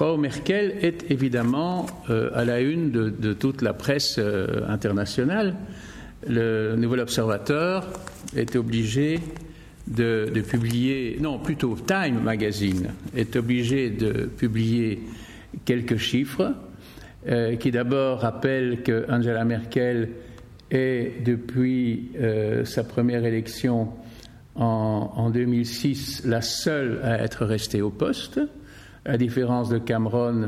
Frau Merkel est évidemment à la une de toute la presse internationale. Le Nouvel Observateur est obligé de publier, non, plutôt Time Magazine est obligé de publier quelques chiffres qui d'abord rappellent que Angela Merkel est, depuis sa première élection en 2006, la seule à être restée au poste, à différence de Cameron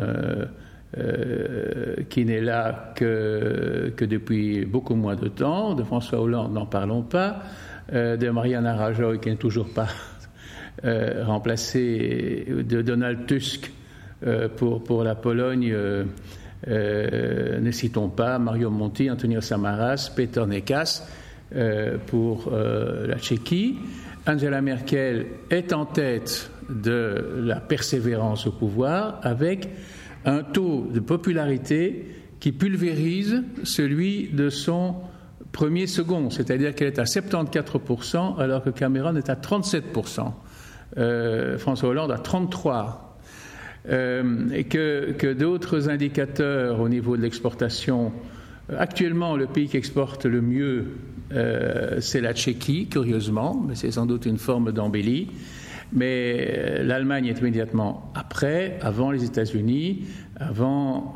qui n'est là que depuis beaucoup moins de temps, de François Hollande, n'en parlons pas, de Mariana Rajoy qui n'est toujours pas remplacée, de Donald Tusk pour la Pologne, ne citons pas Mario Monti, Antonio Samaras, Peter Nekas pour la Tchéquie. Angela Merkel est en tête de la persévérance au pouvoir avec un taux de popularité qui pulvérise celui de son premier second, c'est-à-dire qu'elle est à 74% alors que Cameron est à 37%, François Hollande à 33%. Et que d'autres indicateurs au niveau de l'exportation, actuellement le pays qui exporte le mieux c'est la Tchéquie, curieusement, mais c'est sans doute une forme d'embellie. Mais l'Allemagne est immédiatement après, avant les États-Unis, avant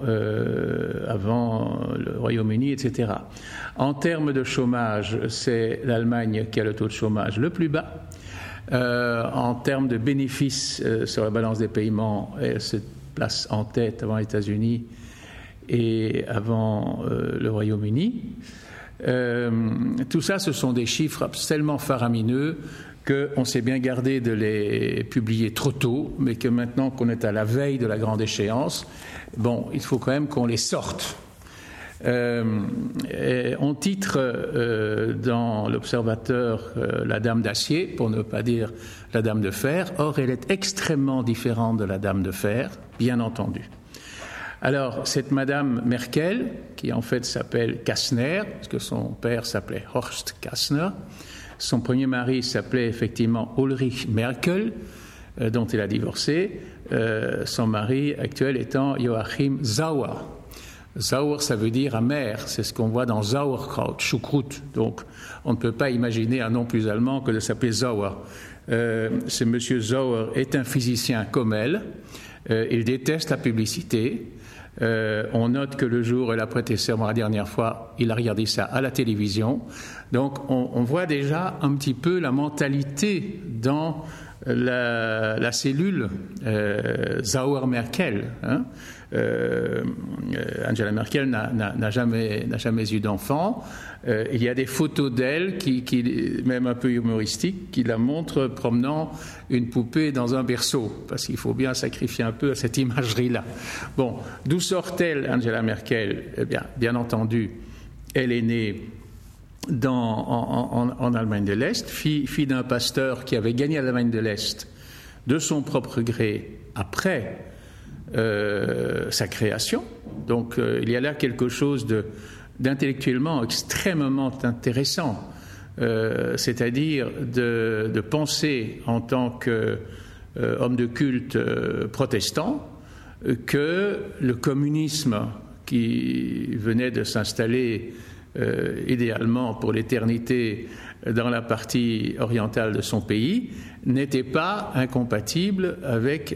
le Royaume-Uni, etc. En termes de chômage, c'est l'Allemagne qui a le taux de chômage le plus bas. En termes de bénéfices sur la balance des paiements, elle se place en tête avant les États-Unis et avant le Royaume-Uni. Tout ça, ce sont des chiffres tellement faramineux qu'on s'est bien gardé de les publier trop tôt, mais que maintenant qu'on est à la veille de la grande échéance, bon, il faut quand même qu'on les sorte. On titre dans l'Observateur la Dame d'Acier, pour ne pas dire la Dame de Fer. Or, elle est extrêmement différente de la Dame de Fer, bien entendu. Alors, cette Madame Merkel, qui en fait s'appelle Kastner, parce que son père s'appelait Horst Kastner, son premier mari s'appelait effectivement Ulrich Merkel, dont elle a divorcé, son mari actuel étant Joachim Sauer. Sauer, ça veut dire amer, c'est ce qu'on voit dans Sauerkraut, choucroute. Donc, on ne peut pas imaginer un nom plus allemand que de s'appeler Sauer. Ce monsieur Sauer est un physicien comme elle. Il déteste la publicité. On note que le jour où elle a prêté serment la dernière fois, il a regardé ça à la télévision. Donc, on voit déjà un petit peu la mentalité dans la cellule Sauer-Merkel. Hein. Angela Merkel n'a jamais eu d'enfant. Il y a des photos d'elle, qui, même un peu humoristiques, qui la montrent promenant une poupée dans un berceau, parce qu'il faut bien sacrifier un peu à cette imagerie-là. Bon, d'où sort-elle, Angela Merkel ? Eh bien entendu, elle est née en Allemagne de l'Est, fille d'un pasteur qui avait gagné l'Allemagne de l'Est de son propre gré après sa création. Donc il y a là quelque chose d'intellectuellement extrêmement intéressant, c'est-à-dire de penser en tant qu'homme de culte protestant que le communisme qui venait de s'installer idéalement pour l'éternité dans la partie orientale de son pays, n'était pas incompatible avec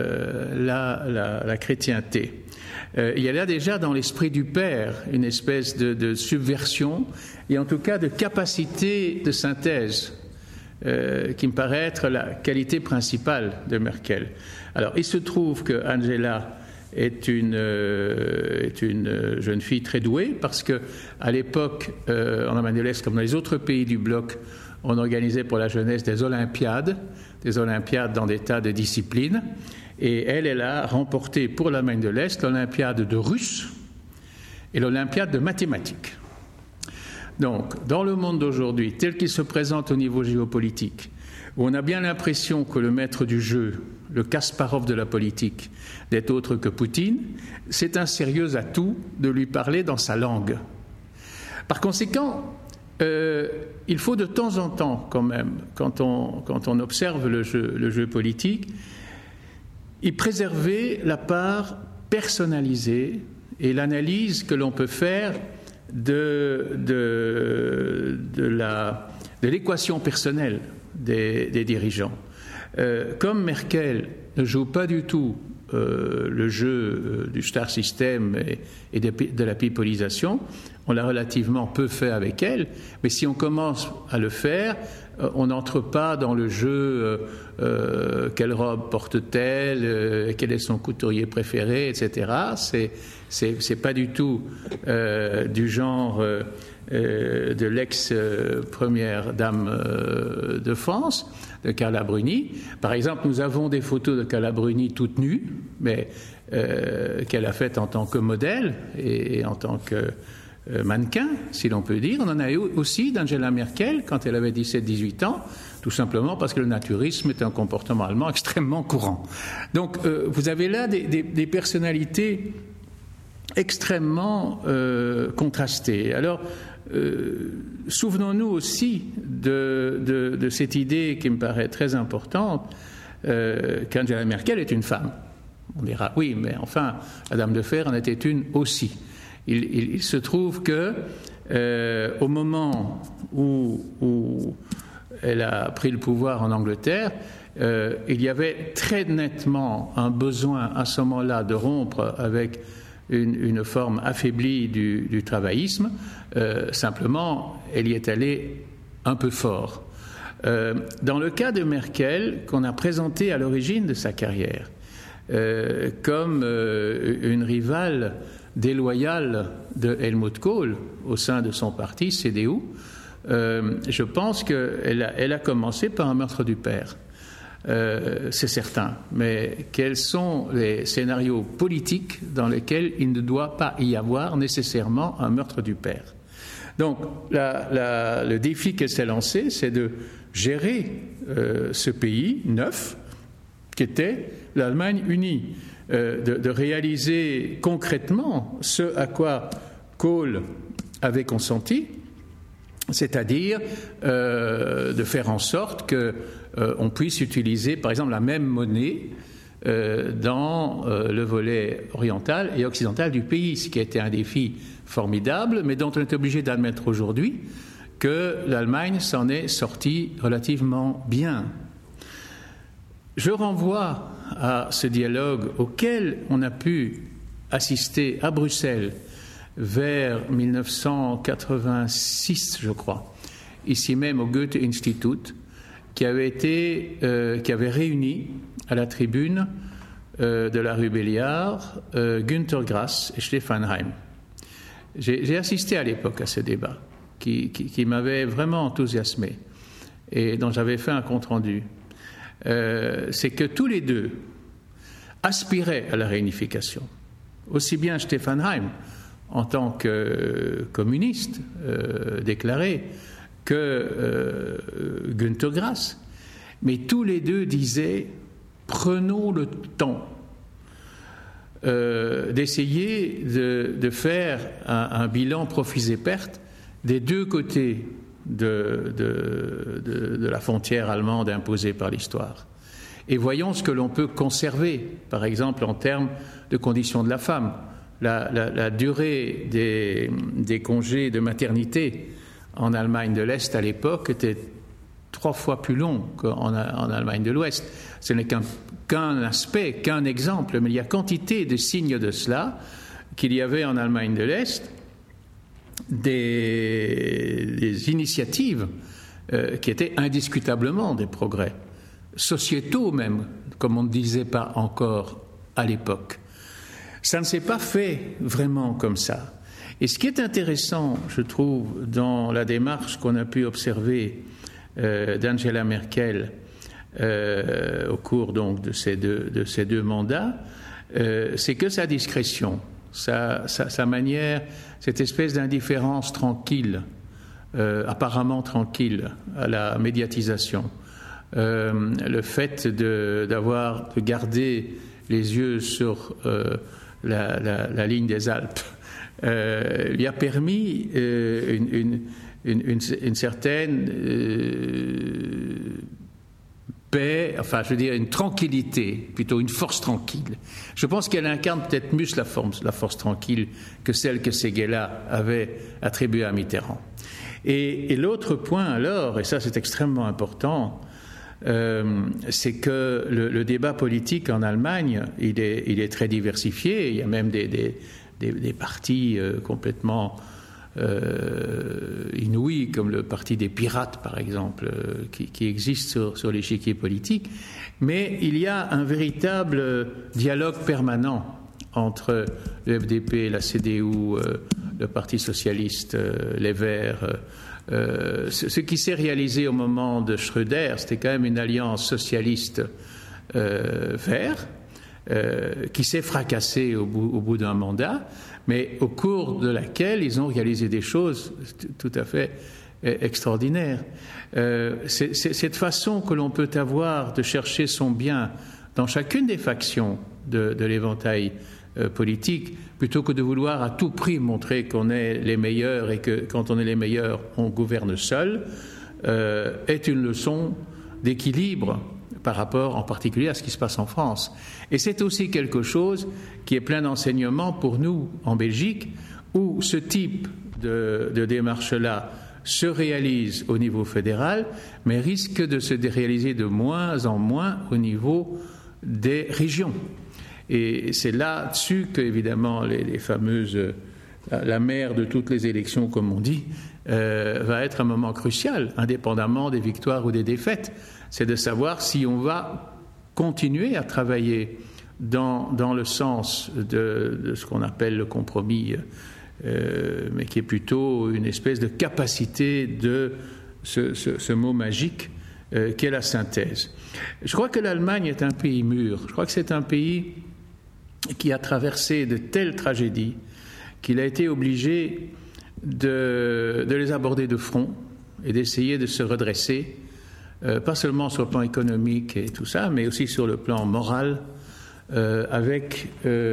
la chrétienté. Il y a là déjà dans l'esprit du Père une espèce de subversion et en tout cas de capacité de synthèse qui me paraît être la qualité principale de Merkel. Alors il se trouve que Angela est une jeune fille très douée parce que à l'époque en Allemagne de l'Est comme dans les autres pays du bloc, on organisait pour la jeunesse des Olympiades dans des tas de disciplines, et elle a remporté pour l'Allemagne de l'Est l'Olympiade de russe et l'Olympiade de mathématiques. Donc dans le monde d'aujourd'hui tel qu'il se présente au niveau géopolitique, où on a bien l'impression que le maître du jeu, le Kasparov de la politique, n'est autre que Poutine, c'est un sérieux atout de lui parler dans sa langue. Par conséquent, il faut de temps en temps, quand même, quand on observe le jeu politique, y préserver la part personnalisée et l'analyse que l'on peut faire de l'équation personnelle des dirigeants. Comme Merkel ne joue pas du tout le jeu du Star-System et de la pipolisation, on l'a relativement peu fait avec elle, mais si on commence à le faire, on n'entre pas dans le jeu quelle robe porte-t-elle, quel est son couturier préféré, etc. C'est pas du tout du genre de l'ex-première dame de France, de Carla Bruni. Par exemple, nous avons des photos de Carla Bruni toute nue, mais qu'elle a faites en tant que modèle et en tant que mannequin, si l'on peut dire. On en a eu aussi d'Angela Merkel quand elle avait 17-18 ans, tout simplement parce que le naturisme est un comportement allemand extrêmement courant. Donc vous avez là des personnalités extrêmement contrastées. Alors souvenons-nous aussi de cette idée qui me paraît très importante, qu'Angela Merkel est une femme. On dira oui, mais enfin la Dame de Fer en était une aussi. Il se trouve que au moment où elle a pris le pouvoir en Angleterre, il y avait très nettement un besoin à ce moment-là de rompre avec une forme affaiblie du travaillisme. Simplement, elle y est allée un peu fort. Dans le cas de Merkel, qu'on a présenté à l'origine de sa carrière comme une rivale déloyale de Helmut Kohl au sein de son parti, CDU, je pense qu'elle a commencé par un meurtre du père. C'est certain. Mais quels sont les scénarios politiques dans lesquels il ne doit pas y avoir nécessairement un meurtre du père? Donc, le défi qu'elle s'est lancé, c'est de gérer ce pays neuf qu'était l'Allemagne unie. De réaliser concrètement ce à quoi Kohl avait consenti, c'est-à-dire de faire en sorte qu'on puisse utiliser, par exemple, la même monnaie dans le volet oriental et occidental du pays, ce qui a été un défi formidable, mais dont on est obligé d'admettre aujourd'hui que l'Allemagne s'en est sortie relativement bien. Je renvoie à ce dialogue auquel on a pu assister à Bruxelles vers 1986, je crois, ici même au Goethe-Institut, qui avait réuni à la tribune de la rue Béliard Günter Grass et Stefan Heym. J'ai assisté à l'époque à ce débat qui m'avait vraiment enthousiasmé et dont j'avais fait un compte-rendu. C'est que tous les deux aspiraient à la réunification. Aussi bien Stefan Heym, en tant que communiste déclaré, que Günter Grass. Mais tous les deux disaient « prenons le temps d'essayer de faire un bilan profits et pertes des deux côtés de la frontière allemande imposée par l'histoire. Et voyons ce que l'on peut conserver, par exemple en termes de conditions de la femme. La durée des congés de maternité en Allemagne de l'Est à l'époque était 3 fois plus long qu'en Allemagne de l'Ouest. Ce n'est qu'un aspect, qu'un exemple, mais il y a quantité de signes de cela qu'il y avait en Allemagne de l'Est des initiatives qui étaient indiscutablement des progrès, sociétaux même, comme on ne disait pas encore à l'époque. Ça ne s'est pas fait vraiment comme ça. Et ce qui est intéressant, je trouve, dans la démarche qu'on a pu observer d'Angela Merkel au cours donc de ces deux mandats, c'est que sa discrétion, sa manière, cette espèce d'indifférence tranquille, apparemment tranquille à la médiatisation, le fait de garder les yeux sur la ligne des Alpes, lui a permis une certaine paix, enfin je veux dire une tranquillité, plutôt une force tranquille. Je pense qu'elle incarne peut-être plus la force tranquille que celle que Séguéla avait attribuée à Mitterrand. Et l'autre point alors, et ça c'est extrêmement important, c'est que le débat politique en Allemagne, il est très diversifié. Il y a même des partis complètement inouïs, comme le parti des pirates, par exemple, qui existe sur l'échiquier politique. Mais il y a un véritable dialogue permanent entre le FDP, la CDU, le Parti socialiste, les Verts. Ce qui s'est réalisé au moment de Schröder, c'était quand même une alliance socialiste vert qui s'est fracassée au bout d'un mandat, mais au cours de laquelle ils ont réalisé des choses tout à fait extraordinaires. C'est cette façon que l'on peut avoir de chercher son bien dans chacune des factions de l'éventail politique, plutôt que de vouloir à tout prix montrer qu'on est les meilleurs et que quand on est les meilleurs, on gouverne seul, est une leçon d'équilibre par rapport en particulier à ce qui se passe en France. Et c'est aussi quelque chose qui est plein d'enseignements pour nous en Belgique, où ce type de démarche-là se réalise au niveau fédéral, mais risque de se réaliser de moins en moins au niveau des régions. Et c'est là-dessus que, évidemment, les fameuses, la mère de toutes les élections, comme on dit, va être un moment crucial, indépendamment des victoires ou des défaites. C'est de savoir si on va continuer à travailler dans le sens de ce qu'on appelle le compromis, mais qui est plutôt une espèce de capacité de ce mot magique qu'est la synthèse. Je crois que l'Allemagne est un pays mûr. Je crois que c'est un pays qui a traversé de telles tragédies qu'il a été obligé de les aborder de front et d'essayer de se redresser, pas seulement sur le plan économique et tout ça, mais aussi sur le plan moral, avec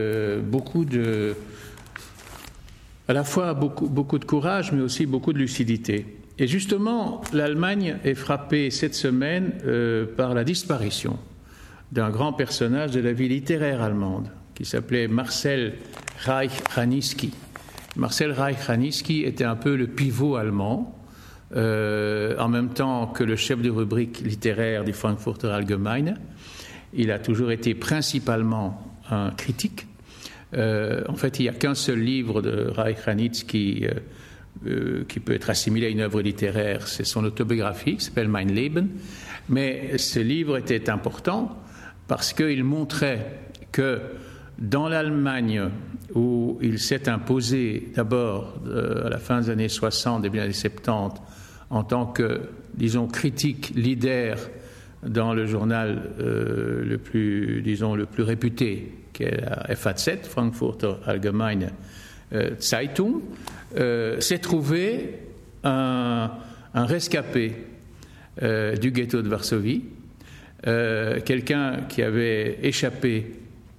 à la fois beaucoup de courage, mais aussi beaucoup de lucidité. Et justement, l'Allemagne est frappée cette semaine par la disparition d'un grand personnage de la vie littéraire allemande, qui s'appelait Marcel Reich-Ranitzky. Marcel Reich-Ranitzky était un peu le pivot allemand, en même temps que le chef de rubrique littéraire du Frankfurter Allgemeine. Il a toujours été principalement un critique. En fait, il n'y a qu'un seul livre de Reich-Ranitzky qui peut être assimilé à une œuvre littéraire, c'est son autobiographie qui s'appelle Mein Leben. Mais ce livre était important parce qu'il montrait que dans l'Allemagne, où il s'est imposé d'abord à la fin des années 60, début des années 70, en tant que, disons, critique leader dans le journal le plus réputé, qui est la FAZ, Frankfurter Allgemeine Zeitung, s'est trouvé un rescapé du ghetto de Varsovie, quelqu'un qui avait échappé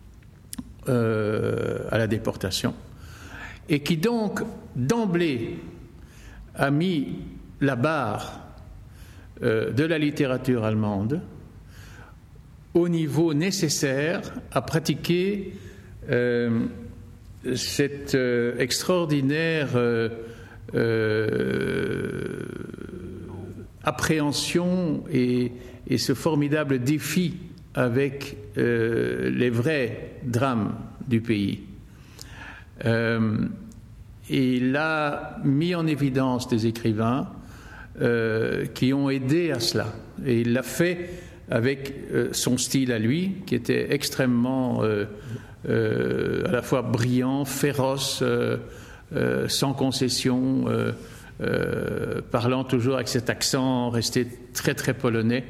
à la déportation et qui donc d'emblée a mis la barre de la littérature allemande au niveau nécessaire à pratiquer cette extraordinaire appréhension et ce formidable défi avec les vrais drames du pays. Il a mis en évidence des écrivains qui ont aidé à cela. Et il l'a fait avec son style à lui, qui était extrêmement à la fois brillant, féroce, sans concession, parlant toujours avec cet accent resté très très polonais,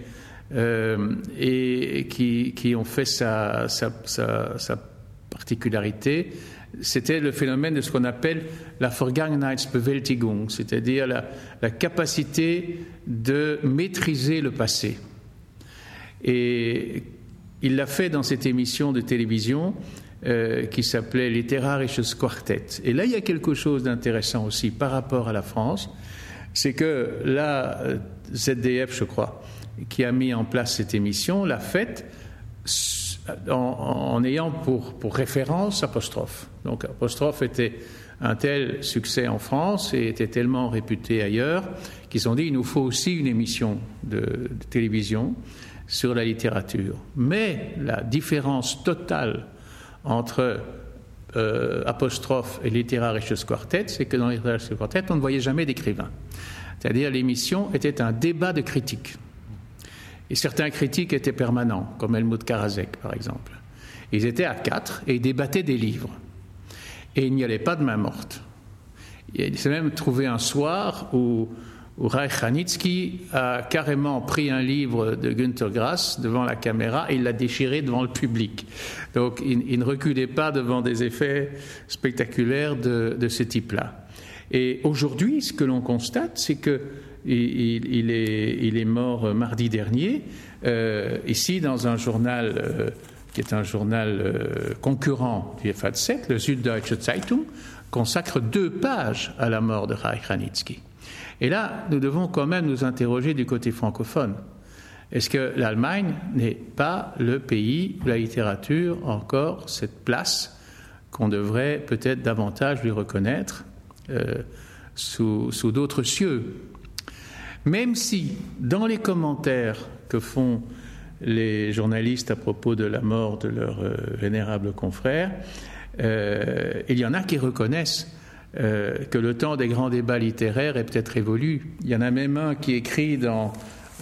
et qui ont fait sa particularité. C'était le phénomène de ce qu'on appelle la Vergangenheitsbewältigung, c'est-à-dire la capacité de maîtriser le passé. Et il l'a fait dans cette émission de télévision qui s'appelait Literarisches Quartett. Et là, il y a quelque chose d'intéressant aussi par rapport à la France, c'est que la ZDF, je crois, qui a mis en place cette émission, l'a faite en ayant pour référence Apostrophe. Donc Apostrophe était un tel succès en France et était tellement réputé ailleurs qu'ils ont dit il nous faut aussi une émission de télévision sur la littérature. Mais la différence totale entre Apostrophe et Literarisches Quartett, c'est que dans Literarisches Quartett, on ne voyait jamais d'écrivain. C'est-à-dire l'émission était un débat de critiques. Et certains critiques étaient permanents, comme Helmut Karasek, par exemple. Ils étaient à 4 et ils débattaient des livres. Et il n'y avait pas de main morte. Il s'est même trouvé un soir où Reich Ranitzky a carrément pris un livre de Günter Grass devant la caméra et il l'a déchiré devant le public. Donc il ne reculait pas devant des effets spectaculaires de ce type-là. Et aujourd'hui, ce que l'on constate, c'est que il est mort mardi dernier, ici dans un journal qui est un journal concurrent du FAZ, le Süddeutsche Zeitung, consacre 2 pages à la mort de Reich Ranitzky. Et là, nous devons quand même nous interroger du côté francophone. Est-ce que l'Allemagne n'est pas le pays où la littérature a encore cette place qu'on devrait peut-être davantage lui reconnaître sous d'autres cieux? Même si, dans les commentaires que font les journalistes à propos de la mort de leur vénérable confrère, il y en a qui reconnaissent que le temps des grands débats littéraires est peut-être révolu. Il y en a même un qui écrit dans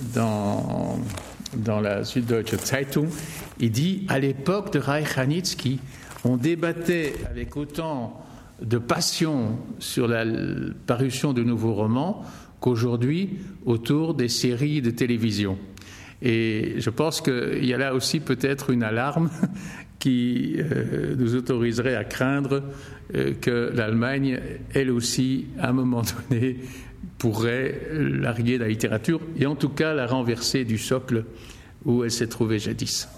la Süddeutsche Zeitung, il dit « À l'époque de Reich Ranitzky, on débattait avec autant de passion sur la parution de nouveaux romans qu'aujourd'hui autour des séries de télévision. » Et je pense qu'il y a là aussi peut-être une alarme qui nous autoriserait à craindre que l'Allemagne, elle aussi, à un moment donné, pourrait larguer la littérature et en tout cas la renverser du socle où elle s'est trouvée jadis.